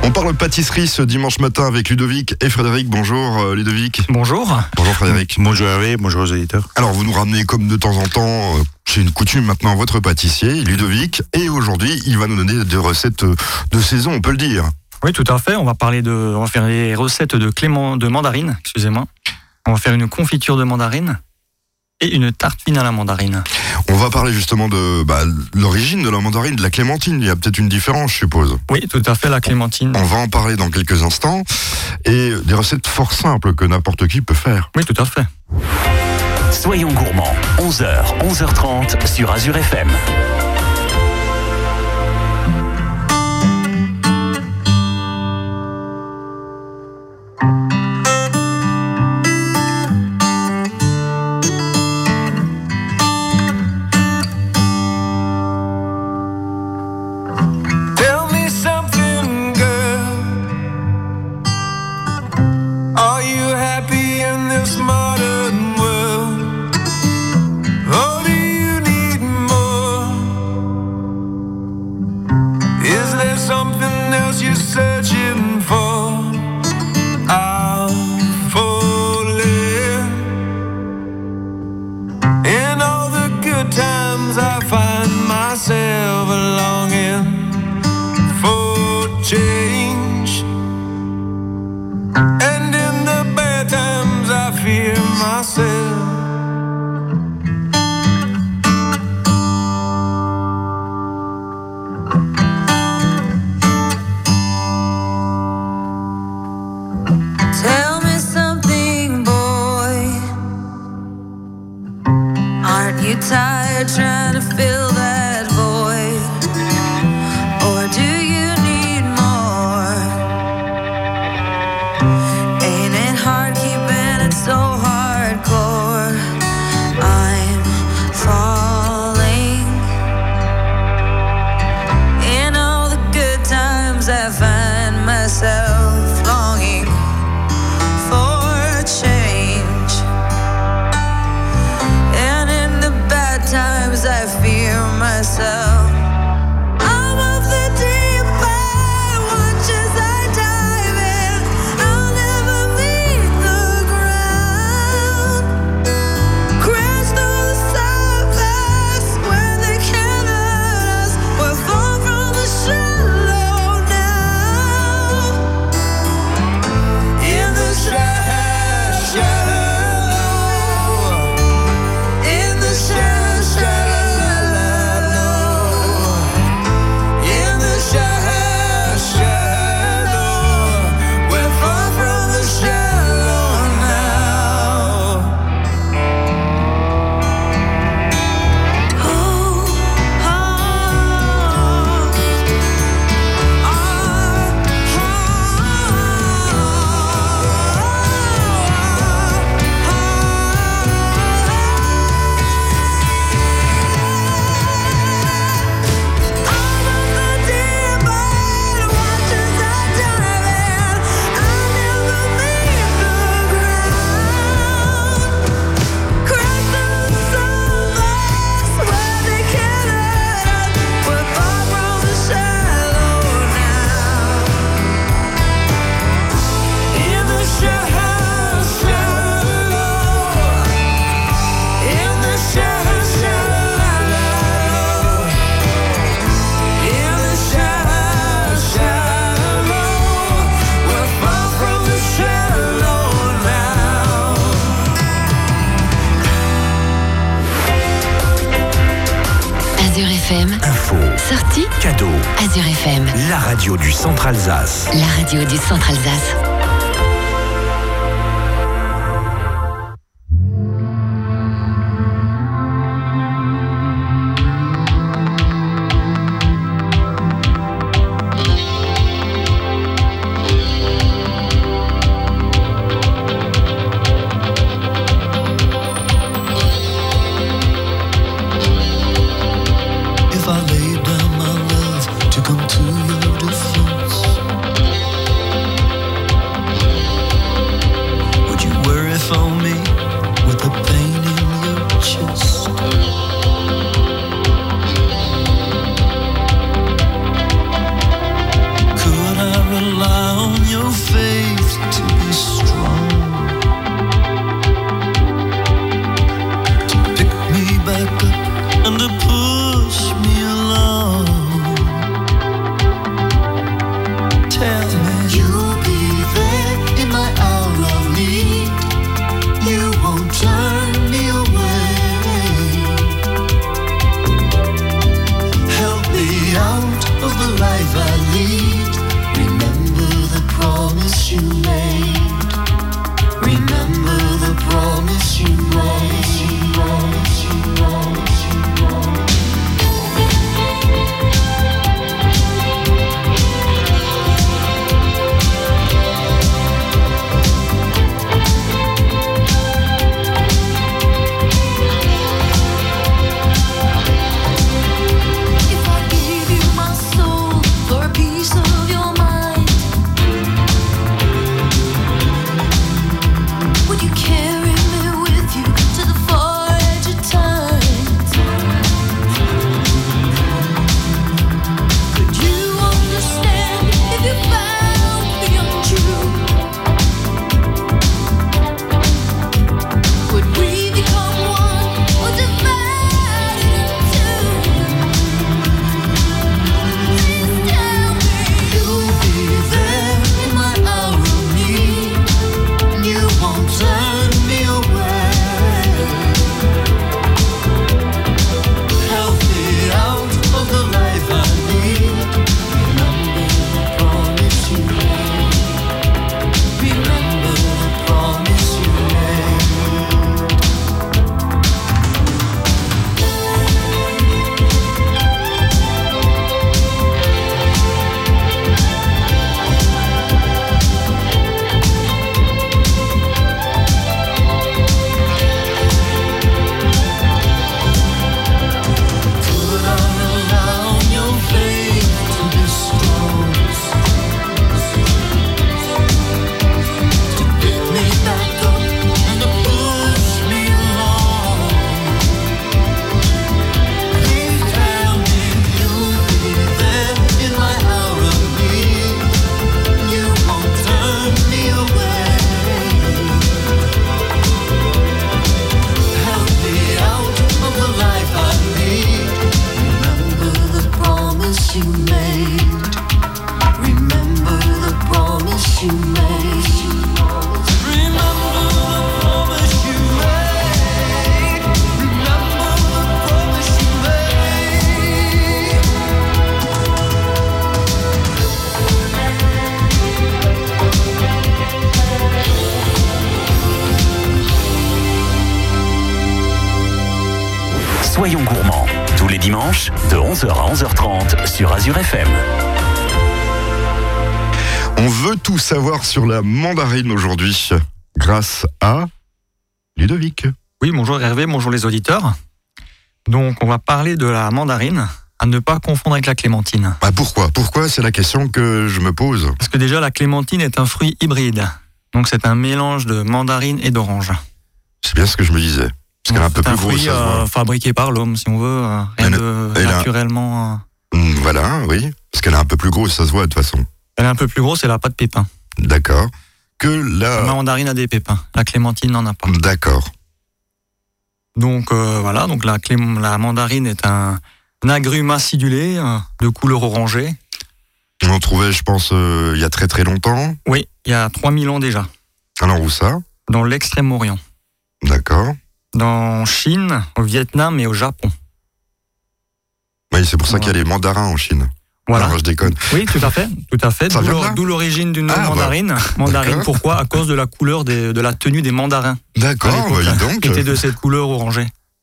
On parle pâtisserie ce dimanche matin avec Ludovic et Frédéric. Bonjour Ludovic. Bonjour. Bonjour Frédéric. Bonjour Hervé, bonjour aux éditeurs. Alors vous nous ramenez comme de temps en temps, c'est une coutume maintenant, votre pâtissier Ludovic. Et aujourd'hui, il va nous donner des recettes de saison, on peut le dire. Oui, tout à fait. On va faire les recettes de mandarine, excusez-moi. On va faire une confiture de mandarine et une tartine à la mandarine. On va parler justement de l'origine de la mandarine, de la clémentine. Il y a peut-être une différence, je suppose. Oui, tout à fait, la clémentine. On va en parler dans quelques instants. Et des recettes fort simples que n'importe qui peut faire. Oui, tout à fait. Soyons gourmands, 11h, 11h30 sur Azure FM. Info. Sortie. Cadeau. Azure FM. La radio du Centre-Alsace. La radio du Centre-Alsace. To come to your defense, Soyons gourmands, tous les dimanches, de 11h à 11h30 sur Azure FM. On veut tout savoir sur la mandarine aujourd'hui, grâce à Ludovic. Oui, bonjour Hervé, bonjour les auditeurs. Donc, on va parler de la mandarine, à ne pas confondre avec la clémentine. Ah, pourquoi c'est la question que je me pose. Parce que déjà, la clémentine est un fruit hybride. Donc, c'est un mélange de mandarine et d'orange. C'est bien ce que je me disais. Parce qu'elle est un peu plus grosse, fruit, ça se voit. fabriqué par l'homme, si on veut, rien de naturellement. Voilà, oui. Parce qu'elle est un peu plus grosse, ça se voit de toute façon. Elle est un peu plus grosse, elle n'a pas de pépins. D'accord. Que la La mandarine a des pépins. La clémentine n'en a pas. D'accord. Donc voilà, donc la mandarine est un agrume acidulé de couleur orangée. On en trouvait, je pense, il y a très très longtemps. Oui, il y a 3000 ans déjà. Alors où ça? Dans l'Extrême-Orient. D'accord. Dans Chine, au Vietnam et au Japon. Oui, c'est pour ça qu'il y a les mandarins en Chine. Voilà. Alors, je déconne. Oui, tout à fait. Ça vient de là D'où l'origine du nom Ah, mandarine. Mandarine, D'accord. pourquoi? À cause de la couleur de la tenue des mandarins. D'accord, À l'époque, bah, dis donc. qui était de cette couleur orangée.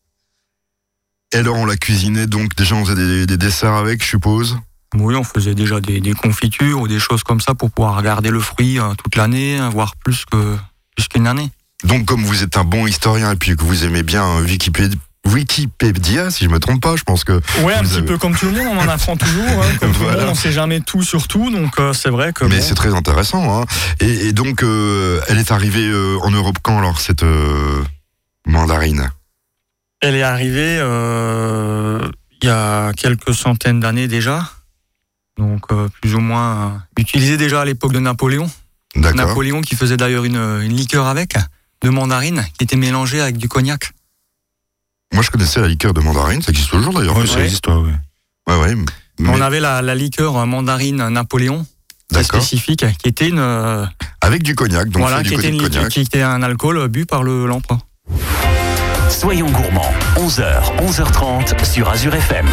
Et alors, on l'a cuisiné, donc déjà, on faisait des desserts avec, je suppose. Oui, on faisait déjà des confitures ou des choses comme ça pour pouvoir garder le fruit toute l'année, voire plus qu'une année. Donc, comme vous êtes un bon historien et puis que vous aimez bien Wikipédia, si je me trompe pas, je pense que... Ouais, un vous petit avez- peu comme tout le monde, on en apprend toujours. Comme tout le Voilà. monde, on sait jamais tout sur tout, donc c'est vrai que... Mais bon, c'est très intéressant. Hein. Et donc, elle est arrivée en Europe quand, alors, cette mandarine? elle est arrivée il y a quelques centaines d'années déjà. Donc plus ou moins utilisée déjà à l'époque de Napoléon. D'accord. Napoléon qui faisait d'ailleurs une liqueur avec, de mandarine, qui était mélangée avec du cognac. Moi, je connaissais la liqueur de mandarine, ça existe toujours d'ailleurs. Ouais, Ça existe, ouais. Ouais. Mais On avait la liqueur mandarine Napoléon, très D'accord. spécifique, qui était avec du cognac, donc voilà, fait du qui était côté de cognac. qui était un alcool bu par l'empereur. Soyons gourmands, 11h, 11h30 sur Azure FM.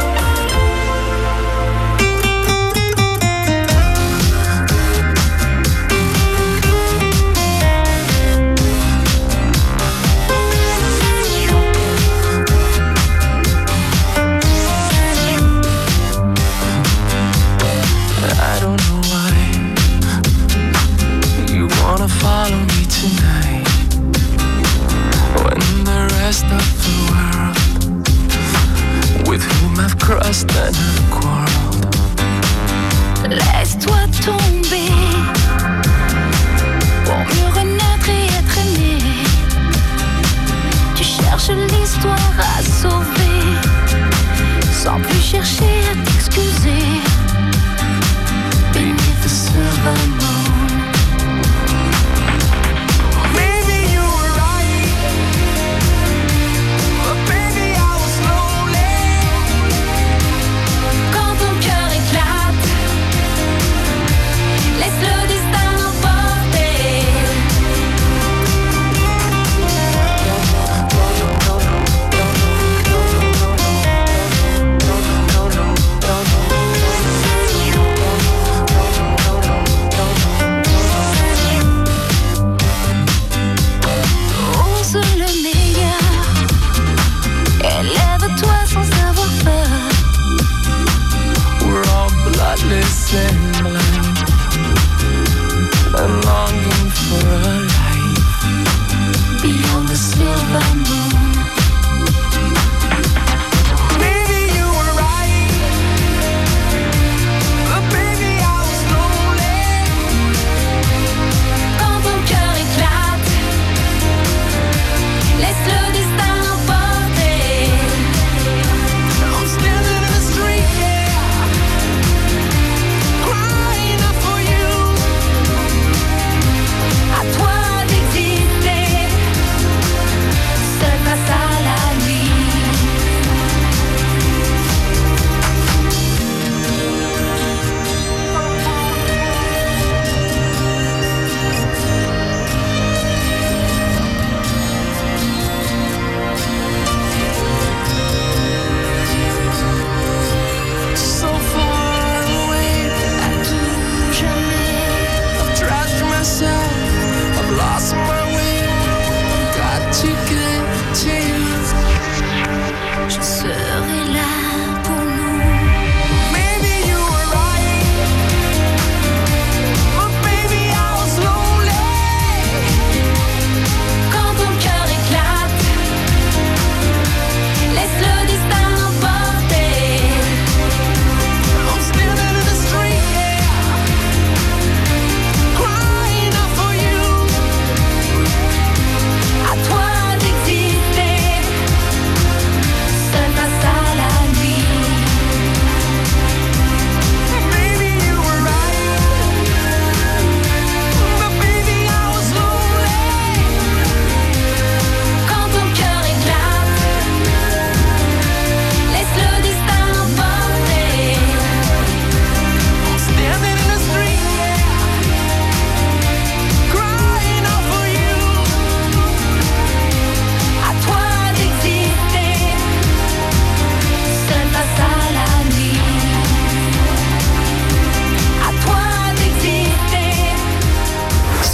I don't know why you wanna follow me tonight when the rest of the world with whom I've crossed and have quarreled. Laisse-toi tomber pour mieux renaître et être aimé. Tu cherches l'histoire à sauver sans plus chercher à t'excuser. Beneath the silver moon. Maybe you were right, but baby I was lonely. Quand ton cœur éclate, laisse le destin l'emporter. Ose le meilleur, élève-toi sans avoir peur. We're all bloodless and blind and longing for a life Beyond the silver moon. Maybe you were right, but baby I was lonely. Quand ton cœur éclate, laisse le destin l'emporter. I'm standing in the street, yeah, crying out for you. À toi d'exister,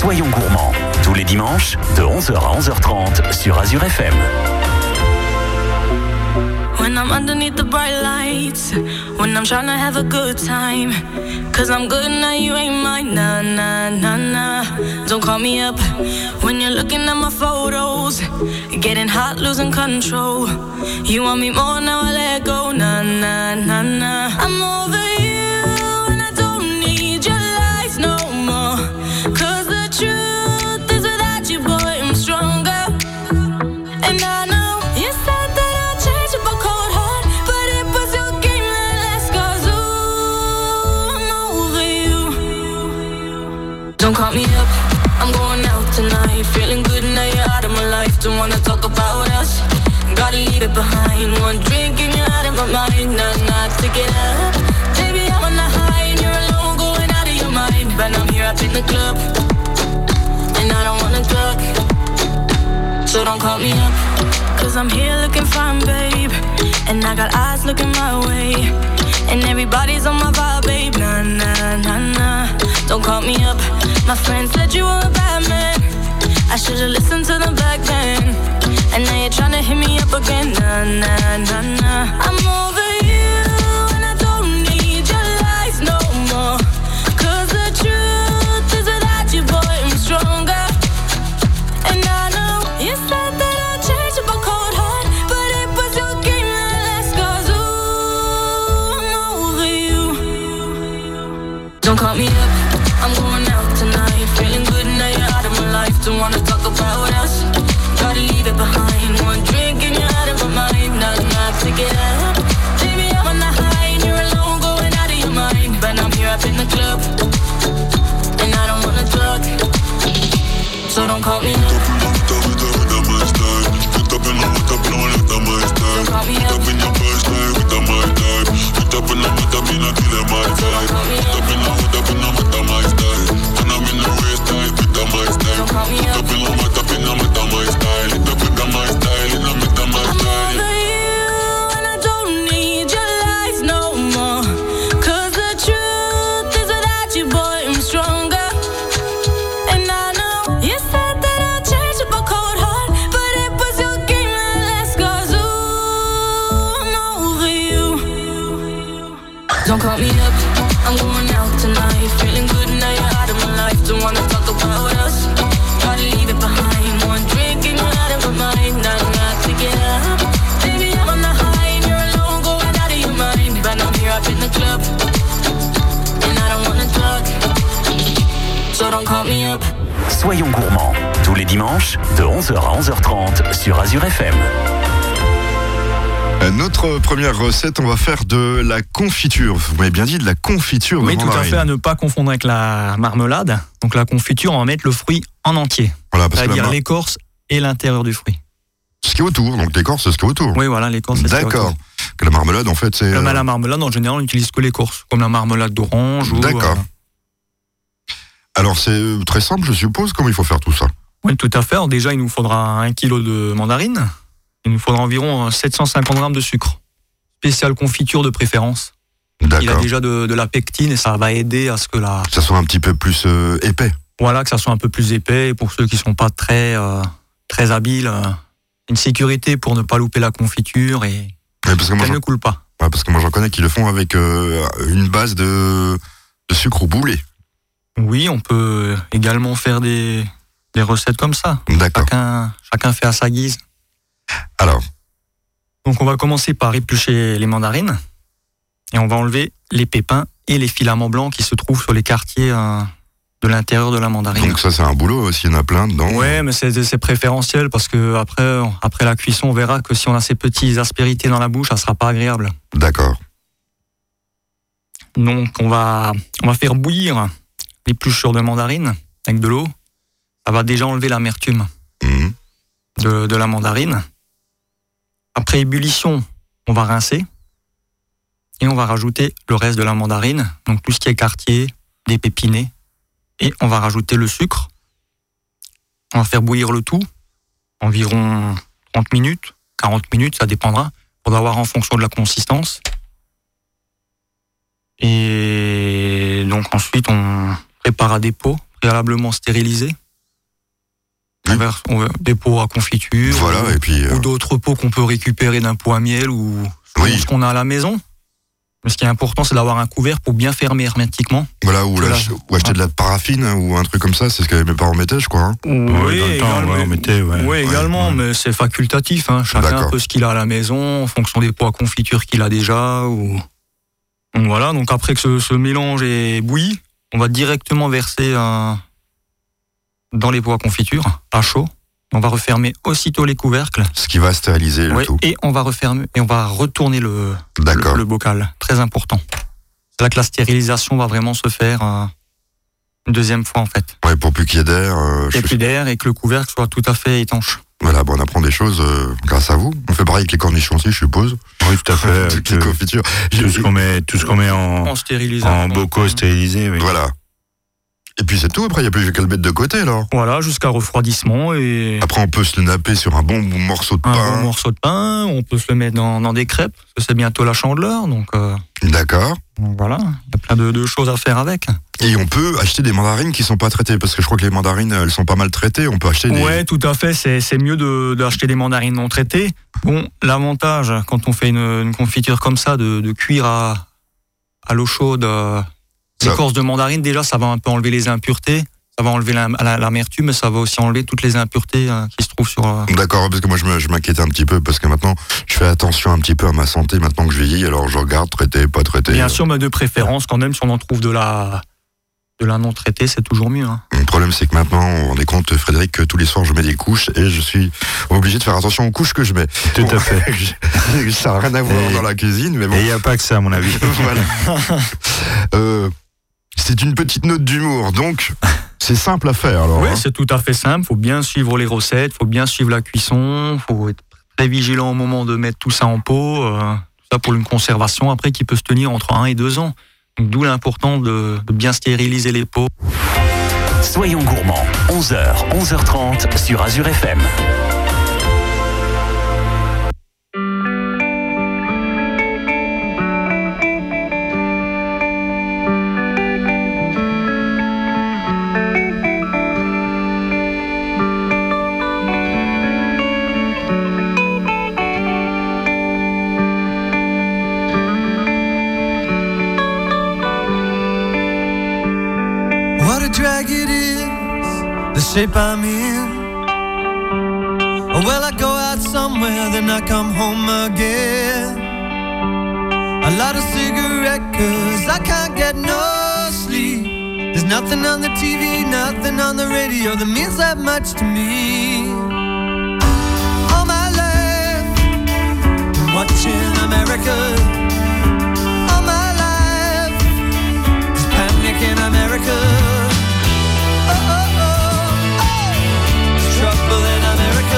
Soyons gourmands, tous les dimanches de 11h à 11h30 sur Azure FM. When I'm underneath the bright lights, when I'm trying to have a good time, 'cause I'm good now, you ain't mine, nah, nah, nah, nah. Don't call me up when you're looking at my photos, getting hot, losing control. You want me more, now I let go, nah, nah, nah, nah. I'm over you and I don't need your lies no more, 'cause the truth is without you, boy, I'm stronger. And I know you said that I'll change up a cold heart, but it was your game that last, 'cause ooh, I'm over you. Don't call me up, I'm going out tonight, feeling good now you're out of my life. Don't wanna talk about us, gotta leave it behind. One drink and you're out of my mind, nah, take it up. Baby, I'm on the high and you're alone, going out of your mind. But I'm here up in the club, and I don't wanna talk, so don't call me up, 'cause I'm here looking fine, babe, and I got eyes looking my way, and everybody's on my vibe, babe, nah, nah, nah, nah. Don't call me up, my friend said you were a bad man, I should've listened to them back then, and now you're tryna hit me up again, nah, nah, nah, nah. I'm over you and I don't need your lies no more, 'cause the truth is without you, boy, I'm stronger. And I know you said that I'd change up a cold heart, but it was your game that last, 'cause ooh, I'm over you. Don't call me up, I'm going out tonight, feeling good now you're out of my life. Don't wanna talk about us, gotta leave it behind. One drink and you're out of my mind, nah, take it up. Baby, I'm on the high and you're alone, going out of your mind. But I'm here up in the club, and I don't wanna talk, so don't call me up. Don't call me up, I'm going out tonight, feeling good now you're out of my life. Don't wanna talk about us, gotta leave it behind. One drink and you're out of my mind, nah, take it up. Baby, I'm on the high and you're alone, going out of your mind. But I'm here up in the club, and I don't wanna talk, so don't call me up. Soyons gourmands, tous les dimanches de 11h à 11h30 sur Azure FM. Notre première recette, on va faire de la confiture. Vous m'avez bien dit de la confiture de Oui, tout à mandarine. fait, à ne pas confondre avec la marmelade. Donc la confiture, on va mettre le fruit en entier. Voilà, parce que C'est-à-dire l'écorce et l'intérieur du fruit. ce qui est autour, donc l'écorce, c'est ce qui est autour. Oui, voilà, l'écorce, c'est ce qu'il y a D'accord. autour. Que la marmelade, en fait, c'est... La marmelade, en général, on n'utilise que l'écorce, comme la marmelade d'orange. D'accord. Alors, c'est très simple, je suppose, comment il faut faire tout ça? Oui, tout à fait. Alors, déjà, il nous faudra 1 kg de mandarine. Il nous faudra environ 750 grammes de sucre. Spécial confiture de préférence. Il a D'accord. déjà de la pectine et ça va aider à ce que Ça soit un petit peu plus épais. Voilà, que ça soit un peu plus épais. Et pour ceux qui ne sont pas très habiles, une sécurité pour ne pas louper la confiture et Ouais, parce que moi, qu'elle ne coule pas. ouais, parce que moi, j'en connais qui le font avec une base de sucre au boulet. Oui, on peut également faire des recettes comme ça. D'accord. Chacun fait à sa guise. Alors, Donc on va commencer par éplucher les mandarines et on va enlever les pépins et les filaments blancs qui se trouvent sur les quartiers de l'intérieur de la mandarine. donc ça, c'est un boulot, s'il y en a plein dedans. Ouais, mais c'est préférentiel parce que après la cuisson, on verra que si on a ces petites aspérités dans la bouche, ça sera pas agréable. D'accord. Donc on va faire bouillir l'épluchure de mandarine avec de l'eau. Ça va déjà enlever l'amertume Mhm. de la mandarine. Après ébullition, on va rincer et on va rajouter le reste de la mandarine, donc tout ce qui est quartier, des pépinés, et on va rajouter le sucre. On va faire bouillir le tout, environ 30 minutes, 40 minutes, ça dépendra. Il faudra voir en fonction de la consistance. Et donc ensuite, on prépare à des pots préalablement stérilisés. des pots à confiture. Voilà, et puis. Ou d'autres pots qu'on peut récupérer d'un pot à miel ou ce qu'on a à la maison. Mais ce qui est important, c'est d'avoir un couvert pour bien fermer hermétiquement. Voilà, ou acheter de la paraffine ou un truc comme ça, c'est ce que mes parents mettaient, je crois. Hein. Oui, on mettait, également, mais c'est facultatif. Hein. Chacun un peu ce qu'il a à la maison, en fonction des pots à confiture qu'il a déjà. Donc voilà, donc après que ce mélange est bouilli, on va directement verser dans les pots à confiture, à chaud. On va refermer aussitôt les couvercles. Ce qui va stériliser le tout. Et on va refermer et on va retourner le bocal. Très important. C'est là que la stérilisation va vraiment se faire une deuxième fois en fait. Ouais, pour plus qu'il y ait d'air. Il n'y ait plus d'air et que le couvercle soit tout à fait étanche. Voilà, bon, on apprend des choses grâce à vous. On fait pareil avec les cornichons aussi, je suppose. Oui, tout à fait. Toutes les confitures. Tout ce qu'on met en stérilisation. En bocaux stérilisés. Oui. Voilà. Et puis c'est tout, après il n'y a plus qu'à le mettre de côté alors. Voilà, jusqu'à refroidissement et... Après on peut se le napper sur un bon morceau de pain. Un bon morceau de pain, on peut se le mettre dans des crêpes, parce que c'est bientôt la Chandeleur, donc... D'accord. Donc voilà, il y a plein de choses à faire avec. Et on peut acheter des mandarines qui sont pas traitées, parce que je crois que les mandarines, elles sont pas mal traitées, on peut acheter des... Ouais, tout à fait, c'est mieux d'acheter des mandarines non traitées. Bon, l'avantage, quand on fait une confiture comme ça, de cuire à l'eau chaude... L'écorce de mandarine, déjà, ça va un peu enlever les impuretés, ça va enlever l'amertume, mais ça va aussi enlever toutes les impuretés qui se trouvent sur... D'accord, parce que moi je m'inquiétais un petit peu, parce que maintenant, je fais attention un petit peu à ma santé, maintenant que je vieillis, alors je regarde, traité, pas traité. Bien sûr, mais de préférence, quand même, si on en trouve de la non traitée, c'est toujours mieux. Hein. Le problème, c'est que maintenant, on rend compte, Frédéric, que tous les soirs, je mets des couches, et je suis obligé de faire attention aux couches que je mets. Tout à fait. Ça n'a rien à voir dans la cuisine, mais bon. Et il n'y a pas que ça, à mon avis. Voilà. C'est une petite note d'humour, donc c'est simple à faire alors. Oui, c'est tout à fait simple, faut bien suivre les recettes, faut bien suivre la cuisson, faut être très vigilant au moment de mettre tout ça en pot, tout ça pour une conservation après qui peut se tenir entre 1 et 2 ans. Donc, d'où l'importance de bien stériliser les pots. Soyons gourmands, 11h, 11h30 sur Azure FM. Drag it is the shape I'm in. Well, I go out somewhere, then I come home again. I light a cigarette 'cause I can't get no sleep. There's nothing on the TV, nothing on the radio that means that much to me. All my life, I'm watching America. All my life, there's panic in America. Trouble in America.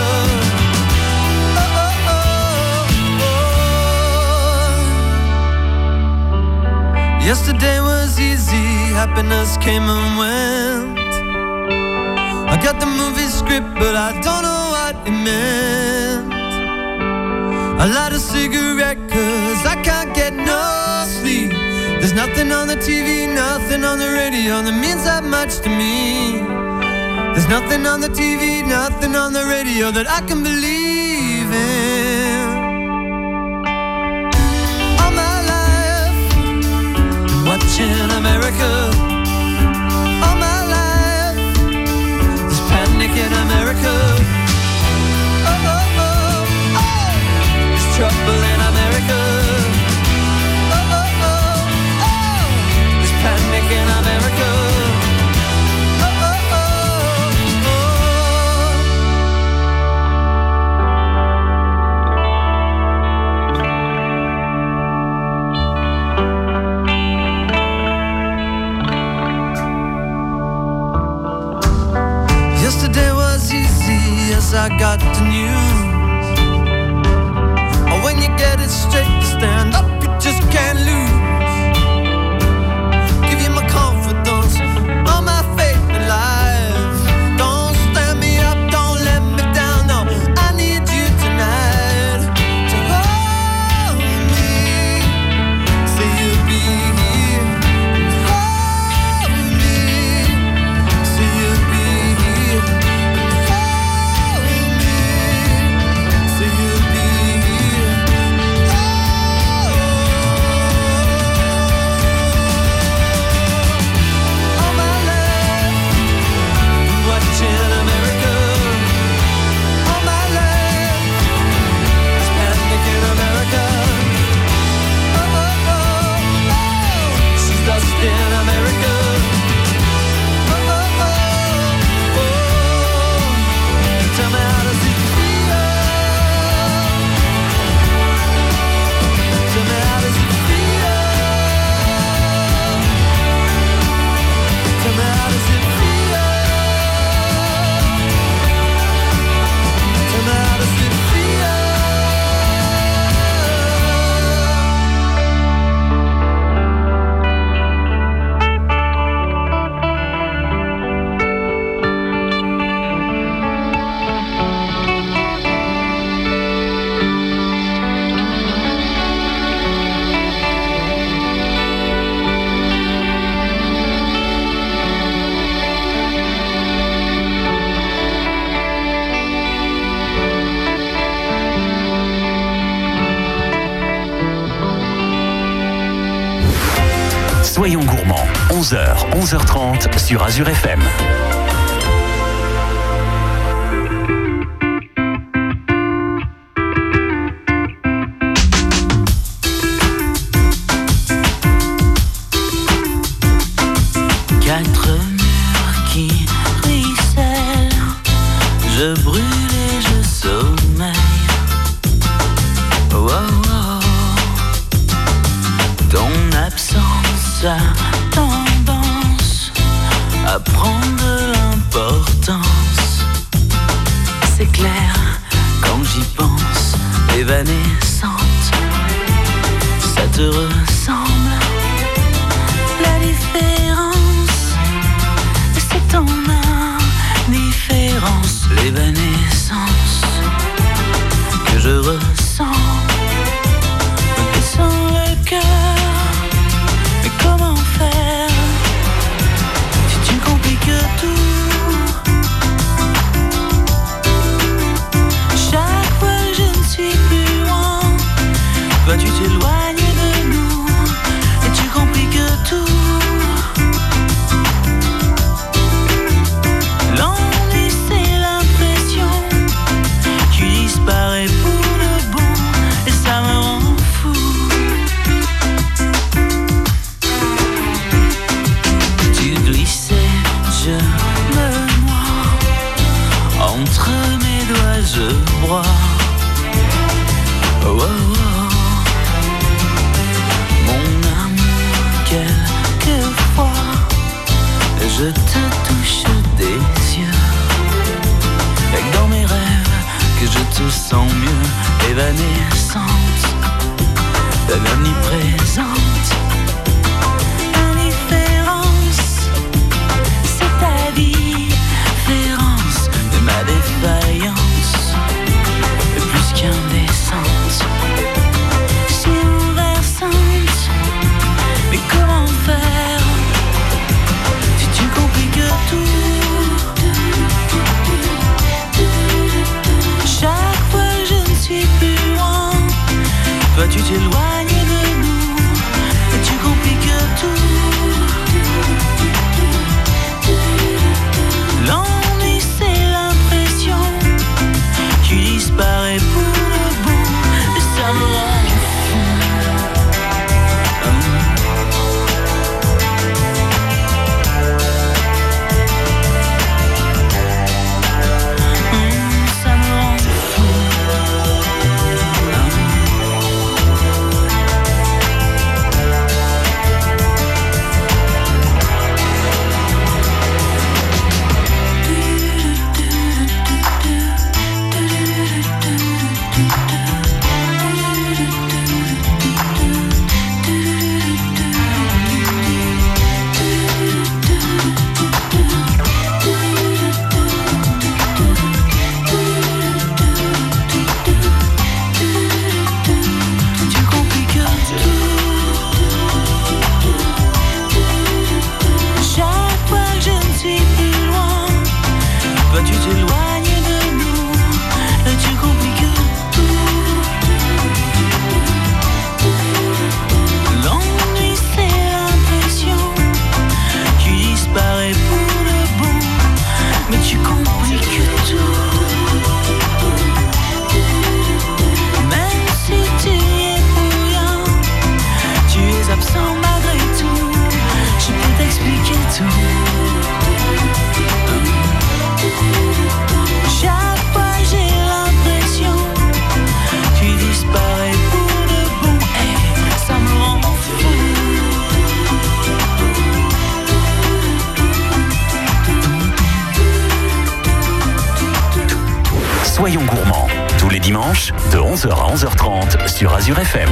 Yesterday was easy, happiness came and went. I got the movie script, but I don't know what it meant. I light a cigarette 'cause I can't get no sleep. There's nothing on the TV, nothing on the radio that means that much to me. There's nothing on the TV, nothing on the radio that I can believe in. All my life, I'm watching America. All my life, there's panic in America. Oh, oh, oh, oh, there's trouble in America. Oh, oh, oh, oh, there's panic in America. Yesterday was easy as I got the news. Oh, when you get it straight, you stand up, you just can't lose. Give you my confidence, all my faith in life. Don't stand me up, don't let me down, no. I need you tonight to hold me, say you'll be here. Hold me, say you'll be here. Hold Gourmand, 11h, 11h30 sur Azure FM. Quatre murs qui ruissellent, je brûle et je sommeille. Oh, oh, oh. Ton absence a tendance à prendre de l'importance. C'est clair quand j'y pense, évanescente, ça te ressemble. La différence, c'est ton indifférence, l'évanescence que je ressens me descend le cœur. Mais comment faire si tu compliques tout? Chaque fois que je ne suis plus loin, toi tu t'éloignes de nous et tu compliques tout. L'ennui c'est l'impression, tu disparais pour de bon et ça me rend fou. Tu glissais, je me noie, entre mes doigts je broie. Oh, oh, oh. Mon amour, quelquefois je te touche des yeux. Y'a que dans mes rêves que je te sens mieux, évanescente, omniprésente. Indifférence, c'est ta différence de ma défaillance, et plus qu'indécente, si bouleversante. Mais comment faire si tu compliques tout? Chaque fois que je ne suis plus loin, toi tu t'éloignes de nous et tu compliques tout. L'ennui c'est l'impression, tu disparais pour le bon et ça me rend fou. Ça me rend fou. Tu compliques tout. Chaque fois que je ne suis plus loin, toi tu t'éloignes de nous et tu compliques tout. L'ennui c'est l'impression, tu disparais pour le bon, mais tu compliques tout. Même si tu y es pour rien, tu es absent malgré tout. Je peux t'expliquer tout. Chaque fois j'ai l'impression, tu disparais pour de bon et ça me rend fou. Soyons gourmands, tous les dimanches de 11h à 11h30 sur Azure FM.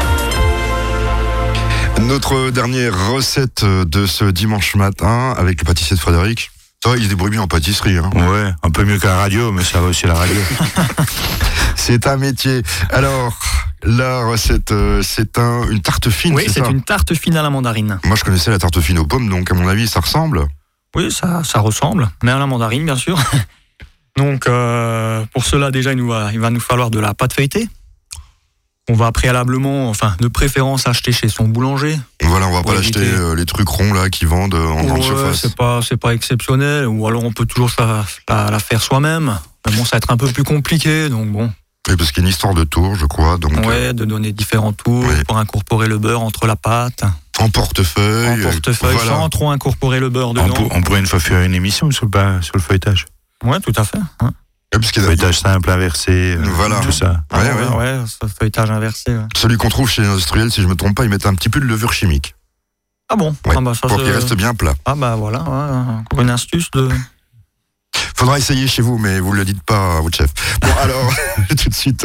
Notre dernière recette de ce dimanche matin avec le pâtissier de Frédéric. Ça, il se débrouille bien en pâtisserie. Hein. Ouais, un peu mieux qu'à la radio, mais ça va aussi la radio. C'est un métier. Alors, la recette, c'est une tarte fine, Oui, c'est ça une tarte fine à la mandarine. Moi, je connaissais la tarte fine aux pommes, donc à mon avis, ça ressemble. Oui, ça ressemble, mais à la mandarine, bien sûr. Donc, pour cela, déjà, il va nous falloir de la pâte feuilletée. On va préalablement, de préférence, acheter chez son boulanger. Voilà, on va Pour pas l'acheter éviter- les trucs ronds là qui vendent en grande surface. c'est pas exceptionnel. Ou alors on peut toujours la faire soi-même. Mais bon, ça va être un peu plus compliqué, donc bon. Oui, parce qu'il y a une histoire de tour, je crois. Donc, Ouais, de donner différents tours oui. pour incorporer le beurre entre la pâte. en portefeuille. En portefeuille, voilà. sans trop incorporer le beurre dedans. On pourrait une fois faire une émission sur le feuilletage. Ouais, tout à fait. Hein. Ouais, parce qu'il y a- Feuilletage simple, inversé, Voilà. tout ça. Ouais. Ce feuilletage inversé. Ouais. Celui qu'on trouve chez les industriels, si je me trompe pas, ils mettent un petit peu de levure chimique. Ah bon Ouais, Ah bah, ça, pour qu'il reste bien plat. Ah bah voilà, ouais, encore une astuce de... Faudra essayer chez vous, mais vous le dites pas à votre chef. Bon, alors, tout de suite.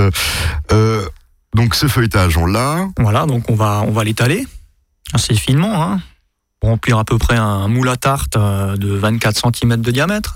Donc, ce feuilletage, on l'a. Voilà, donc on va l'étaler assez finement, hein, pour remplir à peu près un moule à tarte de 24 cm de diamètre.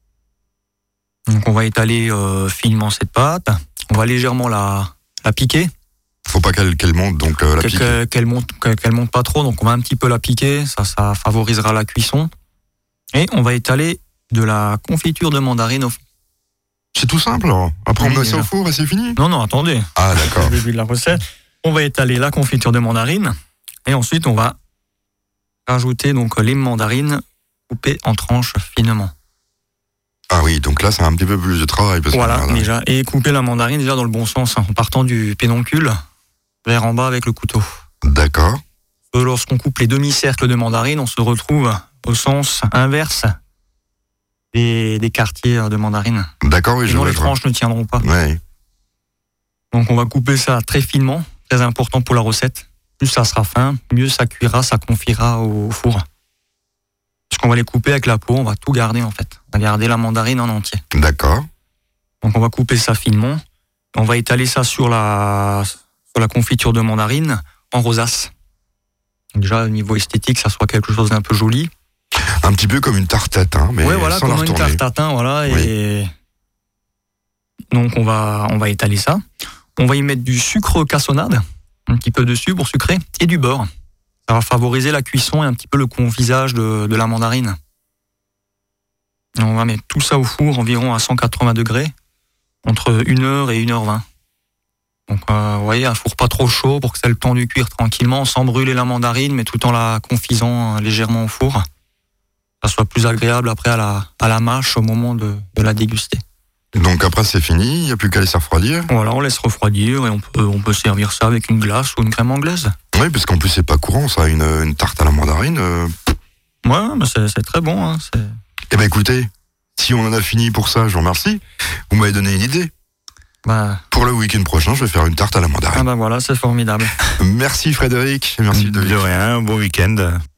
Donc on va étaler finement cette pâte. On va légèrement la piquer. Faut pas qu'elle monte, donc la pique. Qu'elle monte pas trop, donc on va un petit peu la piquer, ça favorisera la cuisson. Et on va étaler de la confiture de mandarine au fond. C'est tout simple. Alors. Après, on Oui, met ça déjà. au four et c'est fini. Non, attendez, Ah, d'accord. au début de la recette. On va étaler la confiture de mandarine et ensuite on va rajouter donc les mandarines coupées en tranches finement. Ah oui, donc là, c'est un petit peu plus de travail. Parce que, Voilà, déjà. Et couper la mandarine déjà dans le bon sens, hein, en partant du pédoncule vers en bas avec le couteau. D'accord. Lorsqu'on coupe les demi-cercles de mandarine, on se retrouve au sens inverse des quartiers de mandarine. D'accord, oui, je Sinon, vois. les tranches ne tiendront pas. Ouais. Donc on va couper ça très finement, très important pour la recette. Plus ça sera fin, mieux ça cuira, ça confiera au four. Parce qu'on va les couper avec la peau, on va tout garder en fait. On va garder la mandarine en entier. D'accord. Donc on va couper ça finement. On va étaler ça sur la confiture de mandarine en rosace. Déjà au niveau esthétique, ça soit quelque chose d'un peu joli. Un petit peu comme une tarte tatin, mais Ouais, voilà, sans la comme une retourner. tarte tatin, voilà. Et donc on va étaler ça. On va y mettre du sucre cassonade, un petit peu dessus pour sucrer, et du beurre. Ça va favoriser la cuisson et un petit peu le confisage de la mandarine. Et on va mettre tout ça au four environ à 180 degrés, entre 1h et 1h20. Donc, vous voyez, un four pas trop chaud pour que ça ait le temps de cuire tranquillement, sans brûler la mandarine, mais tout en la confisant légèrement au four. Ça soit plus agréable après à la mâche au moment de la déguster. Donc après, c'est fini, il n'y a plus qu'à laisser refroidir. Voilà, on laisse refroidir et on peut servir ça avec une glace ou une crème anglaise. Oui, parce qu'en plus, c'est pas courant, ça, une tarte à la mandarine. Ouais, mais c'est très bon. Hein, Eh ben écoutez, si on en a fini pour ça, je vous remercie. Vous m'avez donné une idée. bah, Pour le week-end prochain, je vais faire une tarte à la mandarine. voilà, c'est formidable. Merci Frédéric. Merci De rien, bon week-end.